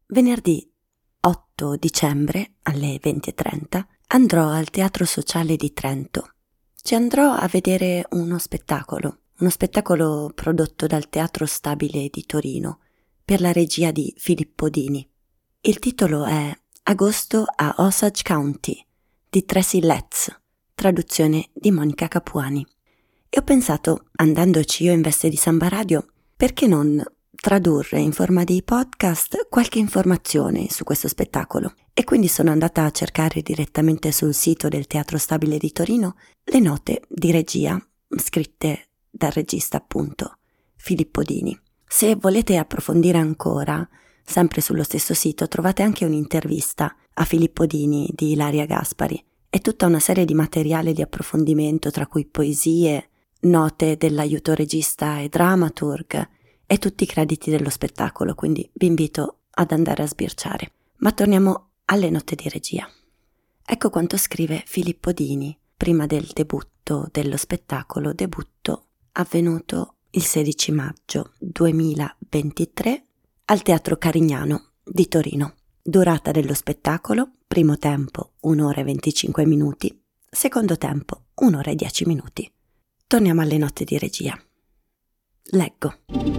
Venerdì 8 dicembre alle 20:30 andrò al Teatro Sociale di Trento. Ci andrò a vedere uno spettacolo prodotto dal Teatro Stabile di Torino per la regia di Filippo Dini. Il titolo è Agosto a Osage County di Tracy Letts, traduzione di Monica Capuani. E ho pensato, andandoci io in veste di Samba Radio, perché non tradurre in forma di podcast qualche informazione su questo spettacolo. E quindi sono andata a cercare direttamente sul sito del Teatro Stabile di Torino le note di regia scritte dal regista, appunto, Filippo Dini. Se volete approfondire ancora, sempre sullo stesso sito trovate anche un'intervista a Filippo Dini di Ilaria Gaspari e tutta una serie di materiale di approfondimento, tra cui poesie, note dell'aiuto regista e dramaturg e tutti i crediti dello spettacolo, quindi vi invito ad andare a sbirciare. Ma torniamo alle note di regia. Ecco quanto scrive Filippo Dini prima del debutto dello spettacolo, debutto avvenuto il 16 maggio 2023 al Teatro Carignano di Torino. Durata dello spettacolo: primo tempo 1 ora e 25 minuti, secondo tempo 1 ora e 10 minuti. Torniamo alle note di regia. Leggo.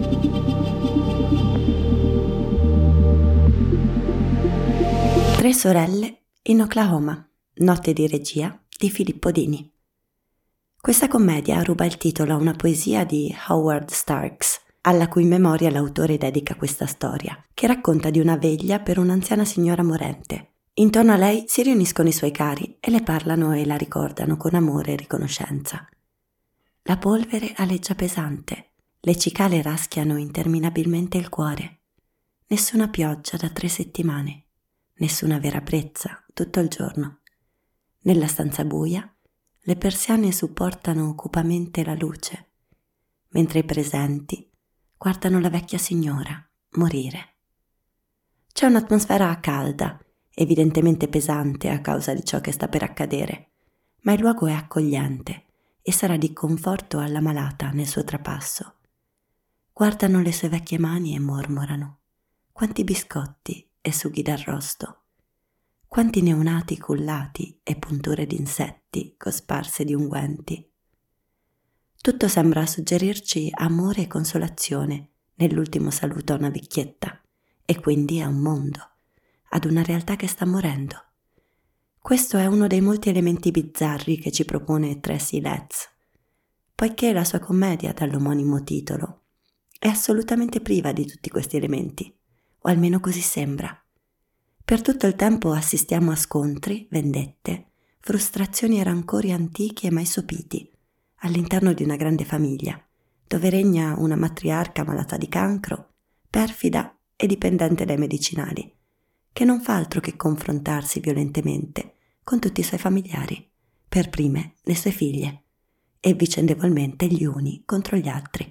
Tre sorelle in Oklahoma. Note di regia di Filippo Dini. Questa commedia ruba il titolo a una poesia di Howard Starks, alla cui memoria l'autore dedica questa storia, che racconta di una veglia per un'anziana signora morente. Intorno a lei si riuniscono i suoi cari e le parlano e la ricordano con amore e riconoscenza. La polvere aleggia pesante. Le cicale raschiano interminabilmente il cuore. Nessuna pioggia da 3 settimane. Nessuna vera brezza tutto il giorno. Nella stanza buia, le persiane supportano cupamente la luce, mentre i presenti guardano la vecchia signora morire. C'è un'atmosfera calda, evidentemente pesante a causa di ciò che sta per accadere, ma il luogo è accogliente e sarà di conforto alla malata nel suo trapasso. Guardano le sue vecchie mani e mormorano: quanti biscotti e sughi d'arrosto, quanti neonati cullati e punture d'insetti cosparse di unguenti. Tutto sembra suggerirci amore e consolazione nell'ultimo saluto a una vecchietta, e quindi a un mondo, ad una realtà che sta morendo. Questo è uno dei molti elementi bizzarri che ci propone Tracy Letts, poiché la sua commedia dall'omonimo titolo è assolutamente priva di tutti questi elementi, o almeno così sembra. Per tutto il tempo assistiamo a scontri, vendette, frustrazioni e rancori antichi e mai sopiti, all'interno di una grande famiglia, dove regna una matriarca malata di cancro, perfida e dipendente dai medicinali, che non fa altro che confrontarsi violentemente con tutti i suoi familiari, per prime le sue figlie, e vicendevolmente gli uni contro gli altri.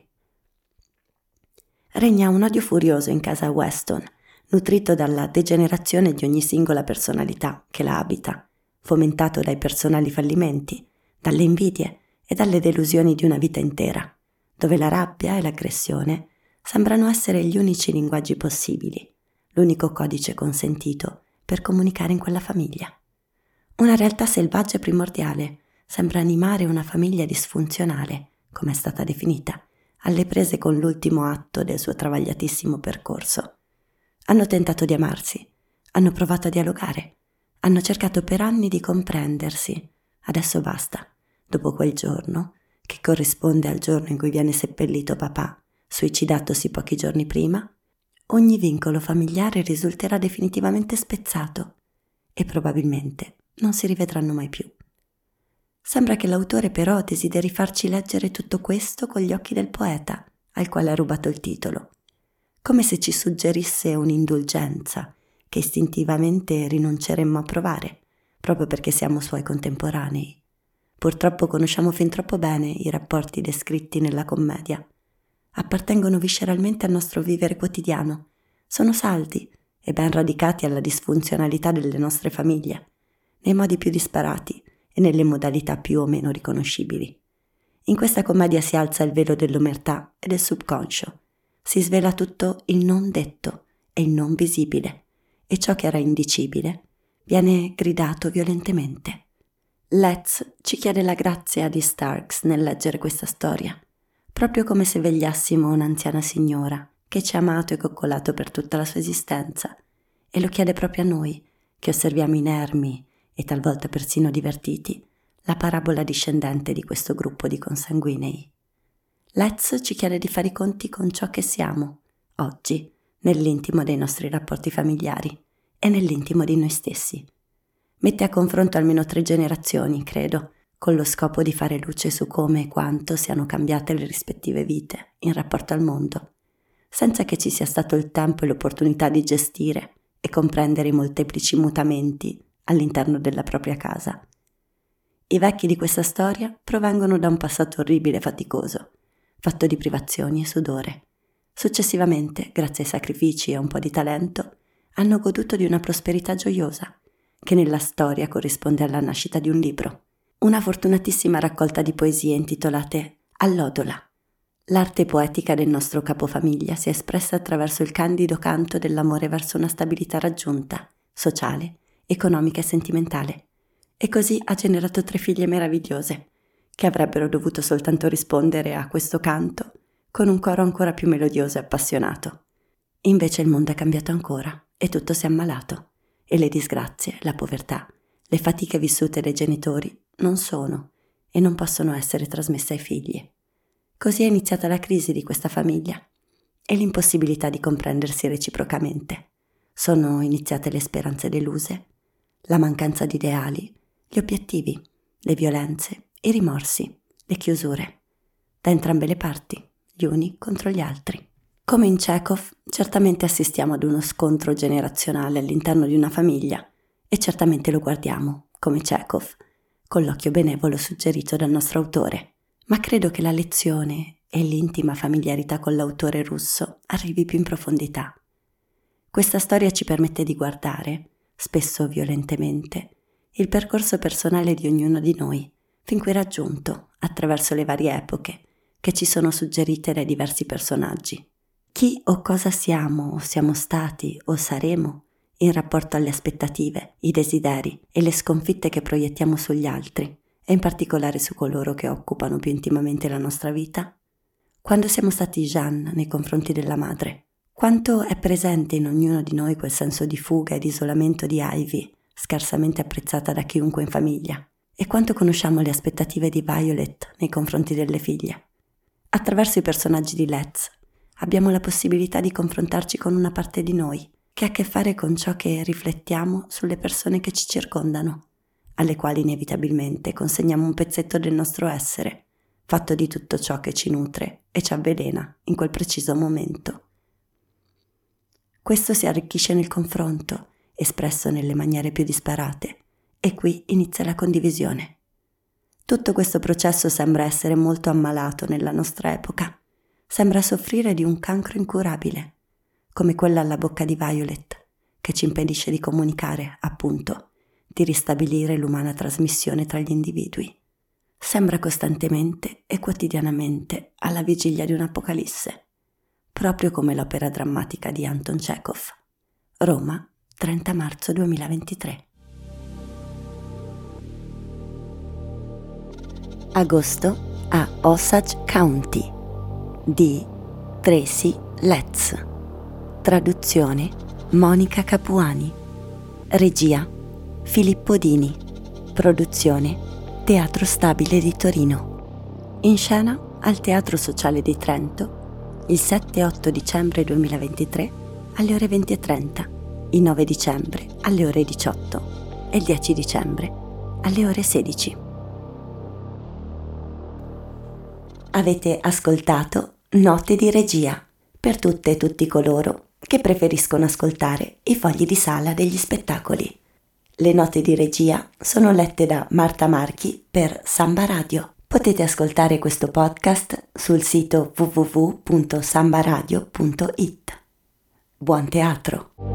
Regna un odio furioso in casa Weston, nutrito dalla degenerazione di ogni singola personalità che la abita, fomentato dai personali fallimenti, dalle invidie e dalle delusioni di una vita intera, dove la rabbia e l'aggressione sembrano essere gli unici linguaggi possibili, l'unico codice consentito per comunicare in quella famiglia. Una realtà selvaggia e primordiale sembra animare una famiglia disfunzionale, come è stata definita, alle prese con l'ultimo atto del suo travagliatissimo percorso. Hanno tentato di amarsi, hanno provato a dialogare, hanno cercato per anni di comprendersi. Adesso basta, dopo quel giorno, che corrisponde al giorno in cui viene seppellito papà, suicidatosi pochi giorni prima, ogni vincolo familiare risulterà definitivamente spezzato e probabilmente non si rivedranno mai più. Sembra che l'autore però desideri farci leggere tutto questo con gli occhi del poeta, al quale ha rubato il titolo, come se ci suggerisse un'indulgenza che istintivamente rinunceremmo a provare, proprio perché siamo suoi contemporanei. Purtroppo conosciamo fin troppo bene i rapporti descritti nella commedia. Appartengono visceralmente al nostro vivere quotidiano, sono saldi e ben radicati alla disfunzionalità delle nostre famiglie, nei modi più disparati e nelle modalità più o meno riconoscibili. In questa commedia si alza il velo dell'omertà e del subconscio, si svela tutto il non detto e il non visibile, e ciò che era indicibile viene gridato violentemente. Letts ci chiede la grazia di Starks nel leggere questa storia, proprio come se vegliassimo un'anziana signora che ci ha amato e coccolato per tutta la sua esistenza, e lo chiede proprio a noi, che osserviamo inermi e talvolta persino divertiti la parabola discendente di questo gruppo di consanguinei. Letts ci chiede di fare i conti con ciò che siamo, oggi, nell'intimo dei nostri rapporti familiari e nell'intimo di noi stessi. Mette a confronto almeno 3 generazioni, credo, con lo scopo di fare luce su come e quanto siano cambiate le rispettive vite in rapporto al mondo, senza che ci sia stato il tempo e l'opportunità di gestire e comprendere i molteplici mutamenti all'interno della propria casa. I vecchi di questa storia provengono da un passato orribile e faticoso, fatto di privazioni e sudore. Successivamente, grazie ai sacrifici e un po' di talento, hanno goduto di una prosperità gioiosa, che nella storia corrisponde alla nascita di un libro, una fortunatissima raccolta di poesie intitolate Allodola. L'arte poetica del nostro capofamiglia si è espressa attraverso il candido canto dell'amore verso una stabilità raggiunta, sociale, economica e sentimentale, e così ha generato 3 figlie meravigliose, che avrebbero dovuto soltanto rispondere a questo canto con un coro ancora più melodioso e appassionato. Invece il mondo è cambiato ancora e tutto si è ammalato, e le disgrazie, la povertà, le fatiche vissute dai genitori non sono e non possono essere trasmesse ai figli. Così è iniziata la crisi di questa famiglia e l'impossibilità di comprendersi reciprocamente. Sono iniziate le speranze deluse, la mancanza di ideali, gli obiettivi, le violenze, i rimorsi, le chiusure, da entrambe le parti, gli uni contro gli altri. Come in Chekhov, certamente assistiamo ad uno scontro generazionale all'interno di una famiglia e certamente lo guardiamo, come Chekhov, con l'occhio benevolo suggerito dal nostro autore. Ma credo che la lezione e l'intima familiarità con l'autore russo arrivi più in profondità. Questa storia ci permette di guardare, spesso violentemente, il percorso personale di ognuno di noi, fin qui raggiunto attraverso le varie epoche che ci sono suggerite dai diversi personaggi. Chi o cosa siamo o siamo stati o saremo in rapporto alle aspettative, i desideri e le sconfitte che proiettiamo sugli altri, e in particolare su coloro che occupano più intimamente la nostra vita? Quando siamo stati Jeanne nei confronti della madre, quanto è presente in ognuno di noi quel senso di fuga e di isolamento di Ivy, scarsamente apprezzata da chiunque in famiglia, e quanto conosciamo le aspettative di Violet nei confronti delle figlie. Attraverso i personaggi di Letts abbiamo la possibilità di confrontarci con una parte di noi che ha a che fare con ciò che riflettiamo sulle persone che ci circondano, alle quali inevitabilmente consegniamo un pezzetto del nostro essere, fatto di tutto ciò che ci nutre e ci avvelena in quel preciso momento. Questo si arricchisce nel confronto, espresso nelle maniere più disparate, e qui inizia la condivisione. Tutto questo processo sembra essere molto ammalato nella nostra epoca, sembra soffrire di un cancro incurabile, come quella alla bocca di Violet, che ci impedisce di comunicare, appunto, di ristabilire l'umana trasmissione tra gli individui. Sembra costantemente e quotidianamente alla vigilia di un'apocalisse, proprio come l'opera drammatica di Anton Chekhov. Roma, 30 marzo 2023. Agosto a Osage County di Tracy Letts. Traduzione Monica Capuani. Regia Filippo Dini. Produzione Teatro Stabile di Torino. In scena al Teatro Sociale di Trento il 7 e 8 dicembre 2023 alle ore 20:30, il 9 dicembre alle ore 18 e il 10 dicembre alle ore 16. Avete ascoltato Note di regia per tutte e tutti coloro che preferiscono ascoltare i fogli di sala degli spettacoli. Le note di regia sono lette da Marta Marchi per Samba Radio. Potete ascoltare questo podcast sul sito www.sambaradio.it. Buon teatro!